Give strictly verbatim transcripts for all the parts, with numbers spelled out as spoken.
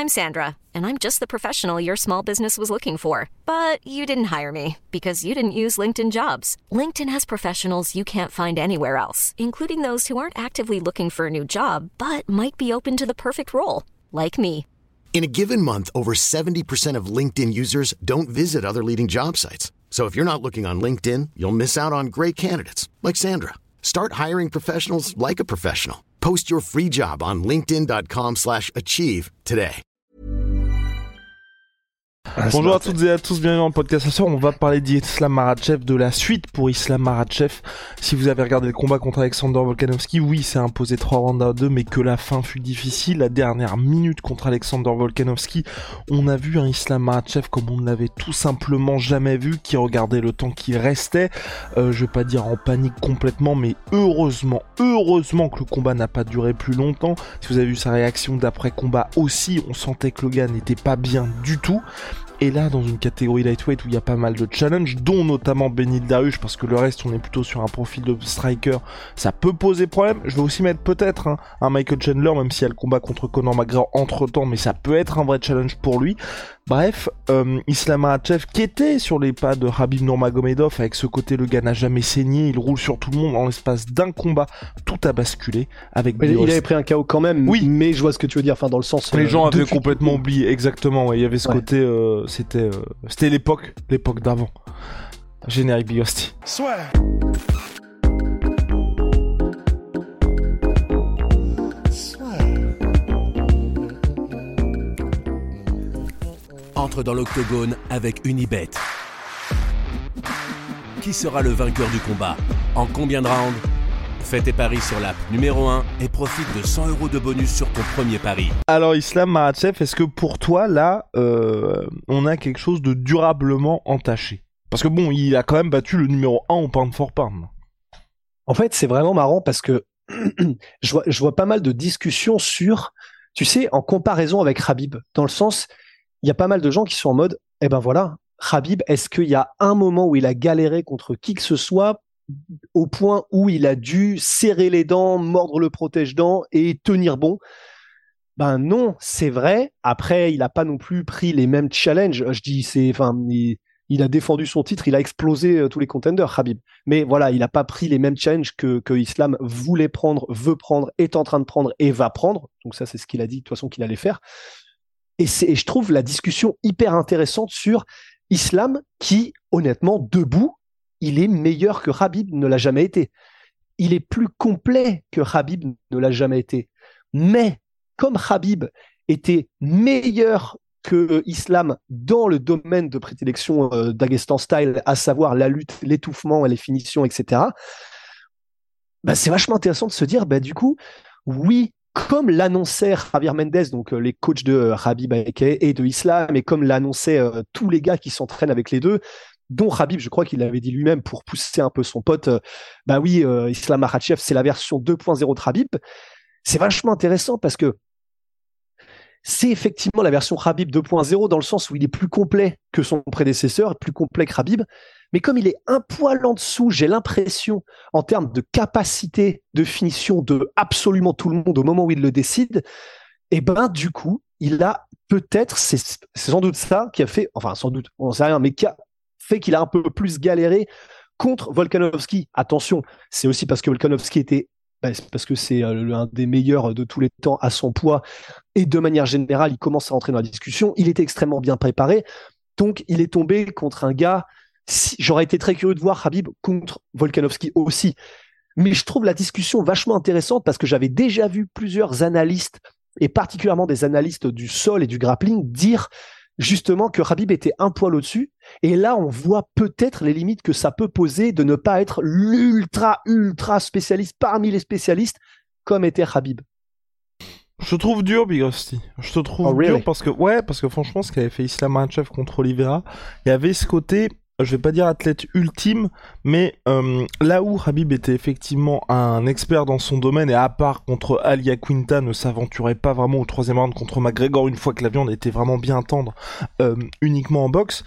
I'm Sandra, and I'm just the professional your small business was looking for. But you didn't hire me because you didn't use LinkedIn Jobs. LinkedIn has professionals you can't find anywhere else, including those who aren't actively looking for a new job, but might be open to the perfect role, like me. In a given month, over seventy percent of LinkedIn users don't visit other leading job sites. So if you're not looking on LinkedIn, you'll miss out on great candidates like Sandra. Start hiring professionals like a professional. Post your free job on linkedin.com slash achieve today. Ah, Bonjour à toutes et à tous, bienvenue dans le podcast. Ce soir, on va parler d'Islam Makhachev, de la suite pour Islam Makhachev. Si vous avez regardé le combat contre Alexander Volkanovski, oui, c'est imposé trois rounds à deux, mais que la fin fut difficile. La dernière minute contre Alexander Volkanovski, on a vu un Islam Makhachev comme on ne l'avait tout simplement jamais vu, qui regardait le temps qui restait. Euh, je vais pas dire en panique complètement, mais heureusement, heureusement que le combat n'a pas duré plus longtemps. Si vous avez vu sa réaction d'après-combat aussi, on sentait que le gars n'était pas bien du tout. Et là, dans une catégorie lightweight où il y a pas mal de challenges, dont notamment Beneil Dariush, parce que le reste, on est plutôt sur un profil de striker, ça peut poser problème. Je vais aussi mettre peut-être hein, un Michael Chandler, même s'il y a le combat contre Conor McGregor entre-temps, mais ça peut être un vrai challenge pour lui. Bref, euh, Islam Makhachev, qui était sur les pas de Khabib Nurmagomedov, avec ce côté, le gars n'a jamais saigné, il roule sur tout le monde, en l'espace d'un combat, tout a basculé. Avec il, il avait pris un K O quand même, oui. Mais je vois ce que tu veux dire, enfin dans le sens... Les euh, gens avaient depuis... complètement oublié, exactement, ouais. Il y avait ce ouais. côté... Euh, c'était, euh, c'était l'époque, l'époque d'avant. Générique Big Hostie. Soit. Entre dans l'octogone avec Unibet. Qui sera le vainqueur du combat? En combien de rounds? Fais tes paris sur l'app numéro un et profite de cent euros de bonus sur ton premier pari. Alors Islam Makhachev, est-ce que pour toi là, euh, on a quelque chose de durablement entaché? Parce que bon, il a quand même battu le numéro un au pound for pound. En fait, c'est vraiment marrant parce que je vois, je vois pas mal de discussions sur, tu sais, en comparaison avec Khabib, dans le sens... Il y a pas mal de gens qui sont en mode, eh ben voilà, Khabib, est-ce qu'il y a un moment où il a galéré contre qui que ce soit au point où il a dû serrer les dents, mordre le protège-dents et tenir bon? Ben non, c'est vrai. Après, il n'a pas non plus pris les mêmes challenges. Je dis, c'est, enfin, il, il a défendu son titre, il a explosé euh, tous les contenders, Khabib. Mais voilà, il n'a pas pris les mêmes challenges que, que Islam voulait prendre, veut prendre, est en train de prendre et va prendre. Donc ça, c'est ce qu'il a dit de toute façon qu'il allait faire. Et, c'est, et je trouve la discussion hyper intéressante sur Islam qui, honnêtement, debout, il est meilleur que Khabib ne l'a jamais été. Il est plus complet que Khabib ne l'a jamais été. Mais comme Khabib était meilleur que Islam dans le domaine de prédilection euh, Daghestan style, à savoir la lutte, l'étouffement, les finitions, et cetera, bah, c'est vachement intéressant de se dire, bah, du coup, oui, comme l'annonçait Javier Mendez, donc euh, les coachs de euh, Khabib et de Islam, et comme l'annonçaient euh, tous les gars qui s'entraînent avec les deux, dont Khabib, je crois qu'il l'avait dit lui-même pour pousser un peu son pote, euh, bah oui, euh, Islam Makhachev, c'est la version deux point zéro de Khabib. C'est vachement intéressant parce que c'est effectivement la version Khabib deux point zéro dans le sens où il est plus complet que son prédécesseur, plus complet que Khabib. Mais comme il est un poil en dessous, j'ai l'impression, en termes de capacité de finition de absolument tout le monde au moment où il le décide, et ben du coup, il a peut-être, c'est, c'est sans doute ça qui a fait, enfin sans doute, on ne sait rien, mais qui a fait qu'il a un peu plus galéré contre Volkanovski. Attention, c'est aussi parce que Volkanovski était, ben, c'est parce que c'est euh, l'un des meilleurs de tous les temps à son poids, et de manière générale, il commence à rentrer dans la discussion, il était extrêmement bien préparé, donc il est tombé contre un gars. Si, j'aurais été très curieux de voir Khabib contre Volkanovski aussi. Mais je trouve la discussion vachement intéressante parce que j'avais déjà vu plusieurs analystes, et particulièrement des analystes du sol et du grappling, dire justement que Khabib était un poil au-dessus. Et là, on voit peut-être les limites que ça peut poser de ne pas être l'ultra, ultra spécialiste parmi les spécialistes comme était Khabib. Je te trouve dur, Big Hostie. Je te trouve oh, really? dur parce que, ouais, parce que franchement, ce qu'avait fait Islam Makhachev contre Oliveira, il y avait ce côté... Je vais pas dire athlète ultime, mais euh, là où Khabib était effectivement un expert dans son domaine et à part contre Al Iaquinta ne s'aventurait pas vraiment au troisième round contre McGregor une fois que la viande était vraiment bien tendre, euh, uniquement en boxe,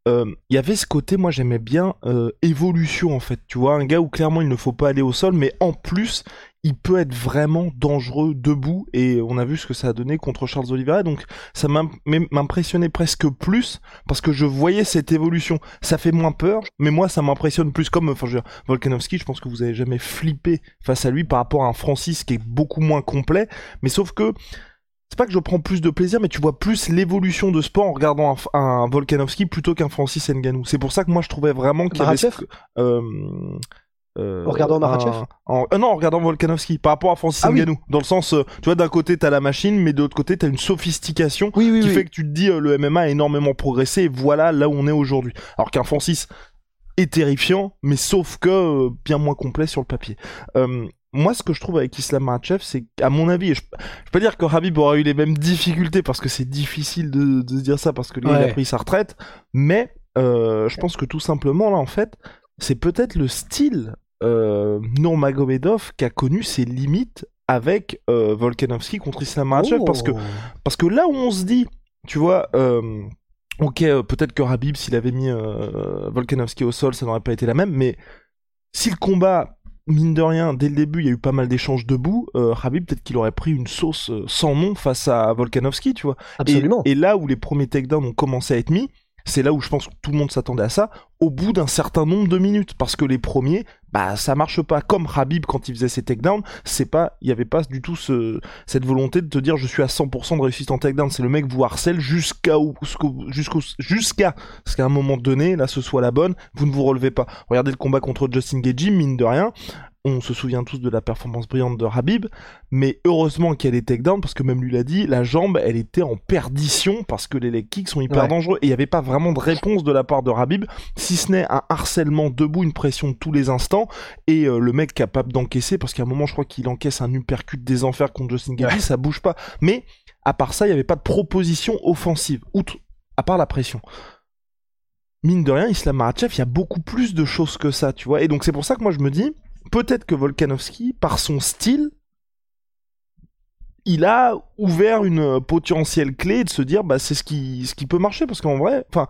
il euh, y avait ce côté, moi j'aimais bien euh, évolution en fait, tu vois, un gars où clairement il ne faut pas aller au sol, mais en plus il peut être vraiment dangereux debout, et on a vu ce que ça a donné contre Charles Oliveira, donc ça m'impressionnait presque plus, parce que je voyais cette évolution. Ça fait moins peur, mais moi ça m'impressionne plus, comme, enfin je veux dire, Volkanovski, je pense que vous avez jamais flippé face à lui par rapport à un Francis qui est beaucoup moins complet, mais sauf que c'est pas que je prends plus de plaisir, mais tu vois plus l'évolution de sport en regardant un, un Volkanovski plutôt qu'un Francis Ngannou. C'est pour ça que moi je trouvais vraiment qu'il y avait... Euh, Euh, en regardant Makhachev en, euh, Non, en regardant Volkanovski, par rapport à Francis ah, Ngannou. Oui. Dans le sens, euh, tu vois, d'un côté t'as la machine, mais de l'autre côté t'as une sophistication oui, oui, qui oui. fait que tu te dis euh, le M M A a énormément progressé, et voilà là où on est aujourd'hui. Alors qu'un Francis est terrifiant, mais sauf que euh, bien moins complet sur le papier. Euh, moi, ce que je trouve avec Islam Makhachev, c'est qu'à mon avis, je, je peux pas dire que Khabib aura eu les mêmes difficultés, parce que c'est difficile de, de se dire ça, parce que lui, ouais. il a pris sa retraite, mais euh, je pense que tout simplement, là, en fait, c'est peut-être le style Euh, Nurmagomedov qui a connu ses limites avec euh, Volkanovski contre Islam Makhachev, oh. parce que parce que là où on se dit, tu vois, euh, ok, euh, peut-être que Khabib s'il avait mis euh, Volkanovski au sol, ça n'aurait pas été la même, mais si le combat, mine de rien, dès le début, il y a eu pas mal d'échanges debout, euh, Khabib peut-être qu'il aurait pris une sauce euh, sans nom face à Volkanovski, tu vois. Absolument. Et, et là où les premiers takedowns ont commencé à être mis, c'est là où je pense que tout le monde s'attendait à ça, au bout d'un certain nombre de minutes, parce que les premiers, bah ça marche pas. Comme Khabib quand il faisait ses takedowns, c'est pas, il y avait pas du tout ce, cette volonté de te dire je suis à cent pour cent de réussite en takedown. C'est le mec vous harcèle jusqu'à jusqu'au jusqu'au jusqu'à ce qu'à un moment donné, là ce soit la bonne, vous ne vous relevez pas. Regardez le combat contre Justin Gaethje, mine de rien. On se souvient tous de la performance brillante de Khabib, mais heureusement qu'il y a des takedowns, parce que même lui l'a dit, la jambe, elle était en perdition, parce que les leg kicks sont hyper ouais. dangereux, et il n'y avait pas vraiment de réponse de la part de Khabib, si ce n'est un harcèlement debout, une pression de tous les instants, et euh, le mec capable d'encaisser, parce qu'à un moment, je crois qu'il encaisse un uppercut des enfers contre Justin Gaethje, ouais. ça bouge pas. Mais, à part ça, il n'y avait pas de proposition offensive, outre, à part la pression. Mine de rien, Islam Makhachev, il y a beaucoup plus de choses que ça, tu vois, et donc c'est pour ça que moi je me dis, peut-être que Volkanovski, par son style, il a ouvert une potentielle clé de se dire, bah, c'est ce qui, ce qui peut marcher, parce qu'en vrai, enfin.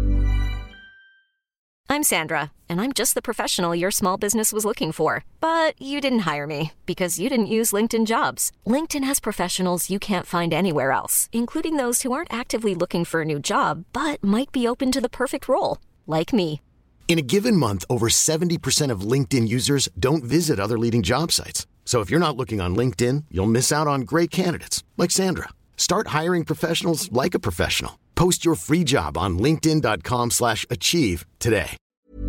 I'm Sandra, and I'm just the professional your small business was looking for. But you didn't hire me, because you didn't use LinkedIn Jobs. LinkedIn has professionals you can't find anywhere else, including those who aren't actively looking for a new job, but might be open to the perfect role, like me. In a given month, over seventy percent of LinkedIn users don't visit other leading job sites. So if you're not looking on LinkedIn, you'll miss out on great candidates like Sandra. Start hiring professionals like a professional. Post your free job on linkedin dot com slash achieve today.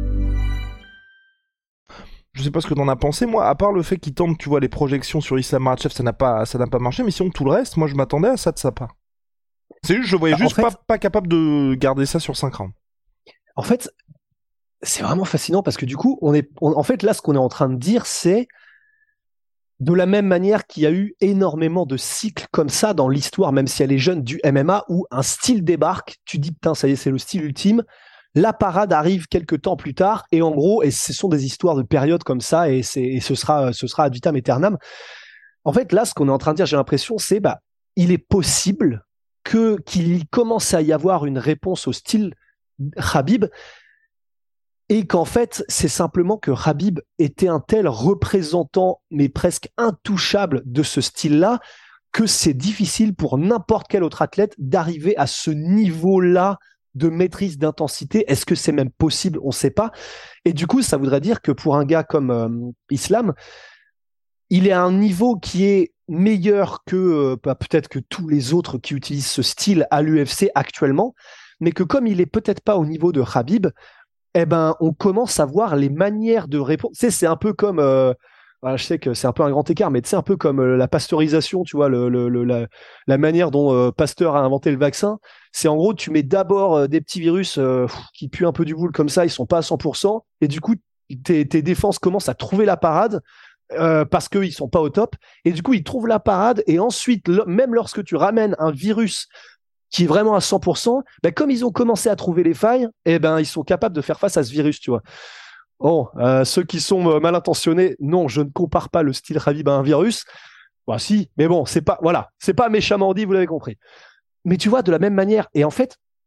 Je sais pas ce que t'en as pensé, moi, à part le fait qu'il tente, tu vois, les projections sur Islam Makhachev, ça n'a pas, ça n'a pas marché, mais sinon tout le reste, moi je m'attendais à ça de sa part. C'est juste, je voyais bah, juste fait, pas, pas capable de garder ça sur cinq rounds. En fait, c'est vraiment fascinant parce que du coup, on est, on, en fait, là, ce qu'on est en train de dire, c'est de la même manière qu'il y a eu énormément de cycles comme ça dans l'histoire, même si elle est jeune, du M M A, où un style débarque, tu dis, putain, ça y est, c'est le style ultime. La parade arrive quelques temps plus tard, et en gros, et ce sont des histoires de périodes comme ça, et, c'est, et ce sera, ce sera ad vitam aeternam. En fait, là, ce qu'on est en train de dire, j'ai l'impression, c'est, bah, il est possible que, qu'il commence à y avoir une réponse au style Khabib, et qu'en fait, c'est simplement que Khabib était un tel représentant, mais presque intouchable de ce style-là, que c'est difficile pour n'importe quel autre athlète d'arriver à ce niveau-là de maîtrise d'intensité. Est-ce que c'est même possible? On ne sait pas. Et du coup, ça voudrait dire que pour un gars comme euh, Islam, il est à un niveau qui est meilleur que euh, bah, peut-être que tous les autres qui utilisent ce style à l'U F C actuellement, mais que comme il est peut-être pas au niveau de Khabib, eh ben, on commence à voir les manières de répondre. Tu sais, c'est un peu comme, euh, voilà, je sais que c'est un peu un grand écart, mais tu sais, un peu comme euh, la pasteurisation, tu vois, le, le, le, la, la manière dont euh, Pasteur a inventé le vaccin. C'est en gros, tu mets d'abord euh, des petits virus euh, qui puent un peu du boule comme ça, ils sont pas à cent pour cent, et du coup, tes, tes défenses commencent à trouver la parade euh, parce qu'ils sont pas au top, et du coup, ils trouvent la parade, et ensuite, le, même lorsque tu ramènes un virus qui est vraiment à cent pour cent, ben comme ils ont commencé à trouver les failles, eh ben ils sont capables de faire face à ce virus, tu vois. Bon, euh, ceux qui sont euh, mal intentionnés, non, je ne compare pas le style Khabib à un virus. Bah si, mais bon, c'est pas, voilà, c'est pas méchamment dit, vous l'avez compris. Mais tu vois, de la même manière, et en fait,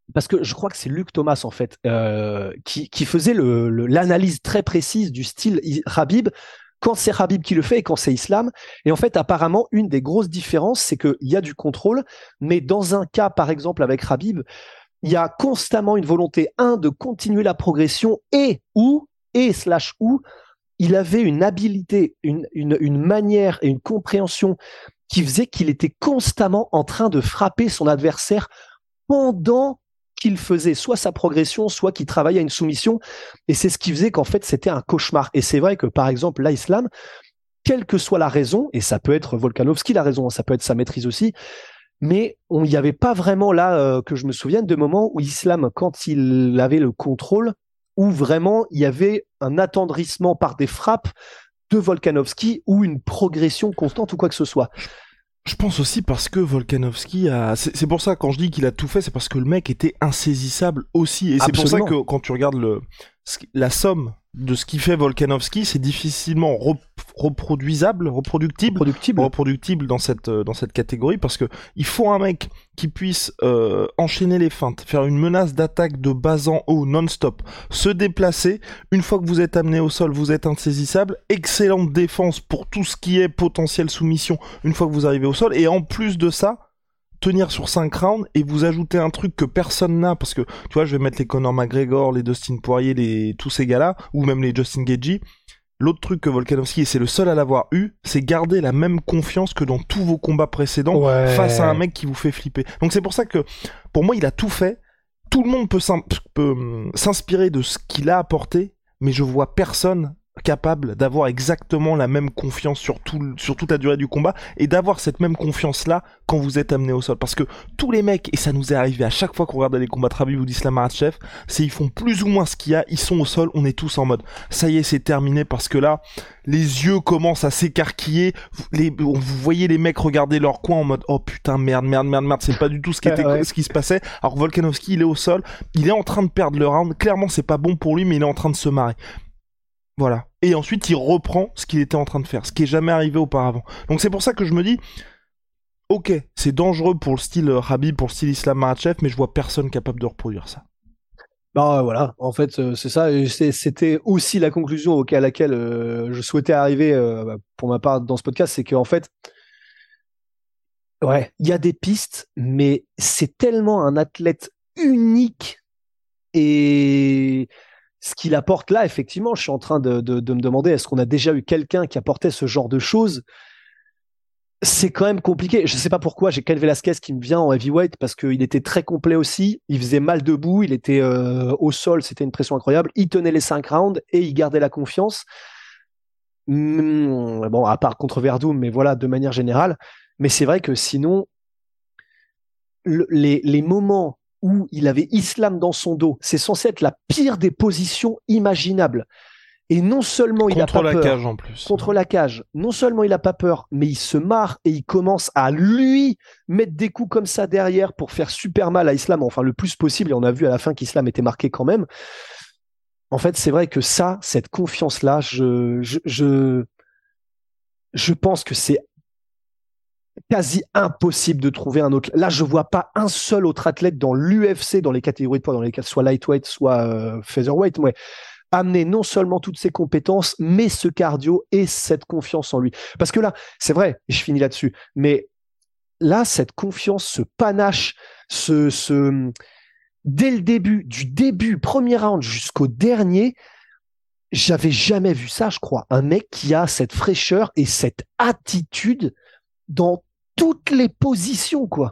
parce que je crois que c'est Luc Thomas en fait euh, qui, qui faisait le, le, l'analyse très précise du style Khabib quand c'est Khabib qui le fait et quand c'est Islam. Et en fait, apparemment, une des grosses différences, c'est qu'il y a du contrôle, mais dans un cas, par exemple, avec Khabib, il y a constamment une volonté, un, de continuer la progression et ou, et slash ou, il avait une habilité, une, une, une manière et une compréhension qui faisait qu'il était constamment en train de frapper son adversaire pendant qu'il faisait soit sa progression, soit qu'il travaillait à une soumission. Et c'est ce qui faisait qu'en fait, c'était un cauchemar. Et c'est vrai que, par exemple, là, Islam, quelle que soit la raison, et ça peut être Volkanovski la raison, ça peut être sa maîtrise aussi, mais il n'y avait pas vraiment là, euh, que je me souvienne, de moments où Islam, quand il avait le contrôle, où vraiment il y avait un attendrissement par des frappes de Volkanovski ou une progression constante ou quoi que ce soit. Je pense aussi parce que Volkanovski a... C'est, c'est pour ça, quand je dis qu'il a tout fait, c'est parce que le mec était insaisissable aussi. Et Absolument. C'est pour ça que quand tu regardes le... la somme de ce qu'il fait Volkanovski, c'est difficilement rep- reproduisable, reproductible, reproductible, reproductible dans cette dans cette catégorie, parce que il faut un mec qui puisse euh, enchaîner les feintes, faire une menace d'attaque de bas en haut non-stop, se déplacer. Une fois que vous êtes amené au sol, vous êtes insaisissable. Excellente défense pour tout ce qui est potentielle soumission une fois que vous arrivez au sol. Et en plus de ça, tenir sur cinq rounds et vous ajouter un truc que personne n'a, parce que tu vois, je vais mettre les Conor McGregor, les Dustin Poirier, les tous ces gars-là, ou même les Justin Gaethje. L'autre truc que Volkanovski, et c'est le seul à l'avoir eu, c'est garder la même confiance que dans tous vos combats précédents ouais. face à un mec qui vous fait flipper. Donc c'est pour ça que, pour moi, il a tout fait. Tout le monde peut, s'in- peut hum, s'inspirer de ce qu'il a apporté, mais je vois personne capable d'avoir exactement la même confiance sur, tout, sur toute la durée du combat et d'avoir cette même confiance-là quand vous êtes amené au sol. Parce que tous les mecs, et ça nous est arrivé à chaque fois qu'on regarde les combats de Khabib ou d'Islam Makhachev, c'est ils font plus ou moins ce qu'il y a, ils sont au sol, on est tous en mode ça y est, c'est terminé, parce que là, les yeux commencent à s'écarquiller, les, vous voyez les mecs regarder leur coin en mode oh putain, merde, merde, merde, merde, c'est pas du tout ce qui, était, ouais. ce qui se passait. Alors Volkanovski, il est au sol, il est en train de perdre le round, clairement c'est pas bon pour lui, mais il est en train de se marrer. Voilà. Et ensuite, il reprend ce qu'il était en train de faire, ce qui est jamais arrivé auparavant. Donc c'est pour ça que je me dis, ok, c'est dangereux pour le style Khabib, pour le style Islam Makhachev, mais je vois personne capable de reproduire ça. Bah voilà, en fait, euh, c'est ça. Et c'est, c'était aussi la conclusion auquel, à laquelle euh, je souhaitais arriver euh, pour ma part dans ce podcast, c'est qu'en fait, ouais, il y a des pistes, mais c'est tellement un athlète unique et ce qu'il apporte là, effectivement, je suis en train de, de, de me demander, est-ce qu'on a déjà eu quelqu'un qui apportait ce genre de choses? C'est quand même compliqué. Je sais pas pourquoi, j'ai Cain Velasquez qui me vient en heavyweight parce qu'il était très complet aussi. Il faisait mal debout, il était euh, au sol, c'était une pression incroyable. Il tenait les cinq rounds et il gardait la confiance. Mmh, bon, à part contre Verdum, mais voilà, de manière générale. Mais c'est vrai que sinon, le, les, les moments où il avait Islam dans son dos, c'est censé être la pire des positions imaginables. Et non seulement il a pas peur... Contre la cage en plus. Contre la cage. Non seulement il a pas peur, mais il se marre et il commence à lui mettre des coups comme ça derrière pour faire super mal à Islam, enfin le plus possible. Et on a vu à la fin qu'Islam était marqué quand même. En fait, c'est vrai que ça, cette confiance-là, je, je, je, je pense que c'est quasi impossible de trouver un autre. Là, je vois pas un seul autre athlète dans l'U F C, dans les catégories de poids, dans les cas soit lightweight, soit euh, featherweight, ouais, amener non seulement toutes ses compétences, mais ce cardio et cette confiance en lui. Parce que là, c'est vrai, et je finis là-dessus, mais là, cette confiance, ce panache, ce, ce, dès le début, du début, premier round jusqu'au dernier, j'avais jamais vu ça, je crois. Un mec qui a cette fraîcheur et cette attitude dans toutes les positions, quoi.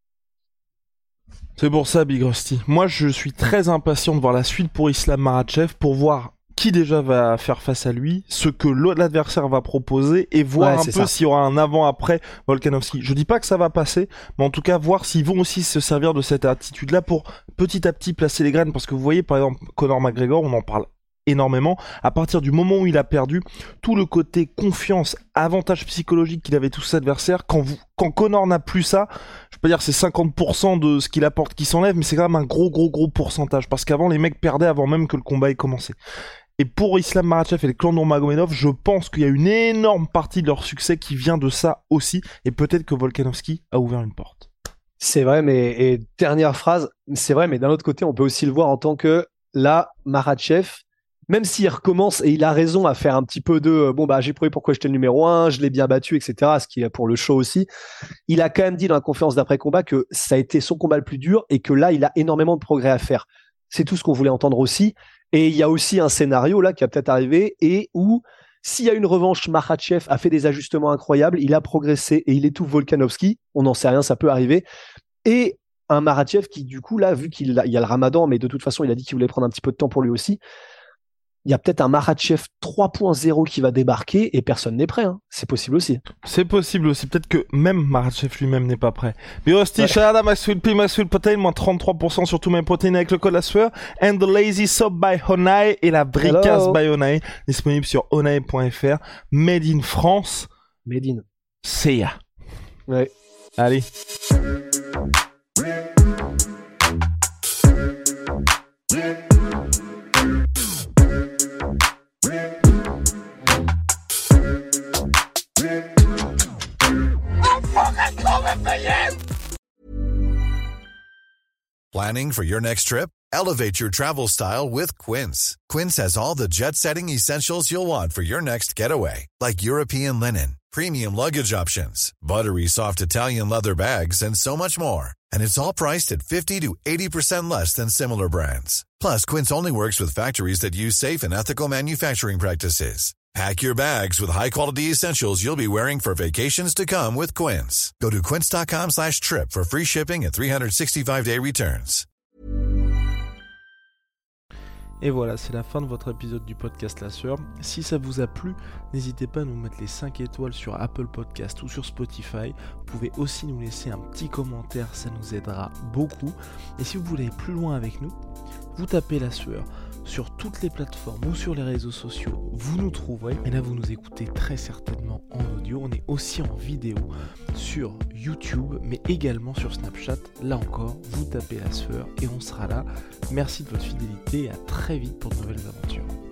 C'est pour ça, Big Rusty. Moi, je suis très impatient de voir la suite pour Islam Makhachev, pour voir qui déjà va faire face à lui, ce que l'adversaire va proposer, et voir ouais, un peu ça. s'il y aura un avant-après Volkanovski. Je dis pas que ça va passer, mais en tout cas, voir s'ils vont aussi se servir de cette attitude-là pour petit à petit placer les graines, parce que vous voyez, par exemple, Conor McGregor, on en parle énormément. À partir du moment où il a perdu, tout le côté confiance, avantage psychologique qu'il avait tous ses adversaires, quand vous, quand Conor n'a plus ça, je peux dire c'est cinquante pour cent de ce qu'il apporte qui s'enlève, mais c'est quand même un gros gros gros pourcentage, parce qu'avant les mecs perdaient avant même que le combat ait commencé. Et pour Islam Makhachev et le clan Nurmagomedov, je pense qu'il y a une énorme partie de leur succès qui vient de ça aussi, et peut-être que Volkanovski a ouvert une porte. C'est vrai, mais et dernière phrase, c'est vrai, mais d'un autre côté, on peut aussi le voir en tant que là, Makhachev, même s'il recommence et il a raison à faire un petit peu de euh, bon bah j'ai prouvé pourquoi j'étais le numéro un, je l'ai bien battu, et cetera. Ce qui est pour le show aussi. Il a quand même dit dans la conférence d'après combat que ça a été son combat le plus dur et que là il a énormément de progrès à faire. C'est tout ce qu'on voulait entendre aussi. Et il y a aussi un scénario là qui va peut-être arriver et où s'il y a une revanche, Makhachev a fait des ajustements incroyables, il a progressé et il étouffe Volkanovski. On n'en sait rien, ça peut arriver. Et un Makhachev qui, du coup, là, vu qu'il a, il y a le ramadan, mais de toute façon, il a dit qu'il voulait prendre un petit peu de temps pour lui aussi, il y a peut-être un Makhachev trois point zéro qui va débarquer et personne n'est prêt. Hein. C'est possible aussi. C'est possible aussi. Peut-être que même Makhachev lui-même n'est pas prêt. Birosti, ouais. Shahada, my sweet pea, my sweet protein, moins trente-trois pour cent sur tous mes protéines avec le code la sueur. And the lazy soap by Honai et la bricasse by Honai. Disponible sur honai point f r. Made in France. Made in. C'est ya. Ouais. Allez. Planning for your next trip? Elevate your travel style with Quince. Quince has all the jet-setting essentials you'll want for your next getaway, like European linen, premium luggage options, buttery soft Italian leather bags, and so much more. And it's all priced at fifty to eighty percent less than similar brands. Plus, Quince only works with factories that use safe and ethical manufacturing practices. Pack your bags with high-quality essentials you'll be wearing for vacations to come with Quince. Go to quince.com slash trip for free shipping and three sixty-five day returns. Et voilà, c'est la fin de votre épisode du podcast La Sueur. Si ça vous a plu, n'hésitez pas à nous mettre les cinq étoiles sur Apple Podcast ou sur Spotify. Vous pouvez aussi nous laisser un petit commentaire, ça nous aidera beaucoup. Et si vous voulez aller plus loin avec nous, vous tapez La Sueur sur toutes les plateformes ou sur les réseaux sociaux, vous nous trouverez. Et là, vous nous écoutez très certainement en audio. On est aussi en vidéo sur YouTube, mais également sur Snapchat. Là encore, vous tapez La Sueur et on sera là. Merci de votre fidélité et à très vite pour de nouvelles aventures.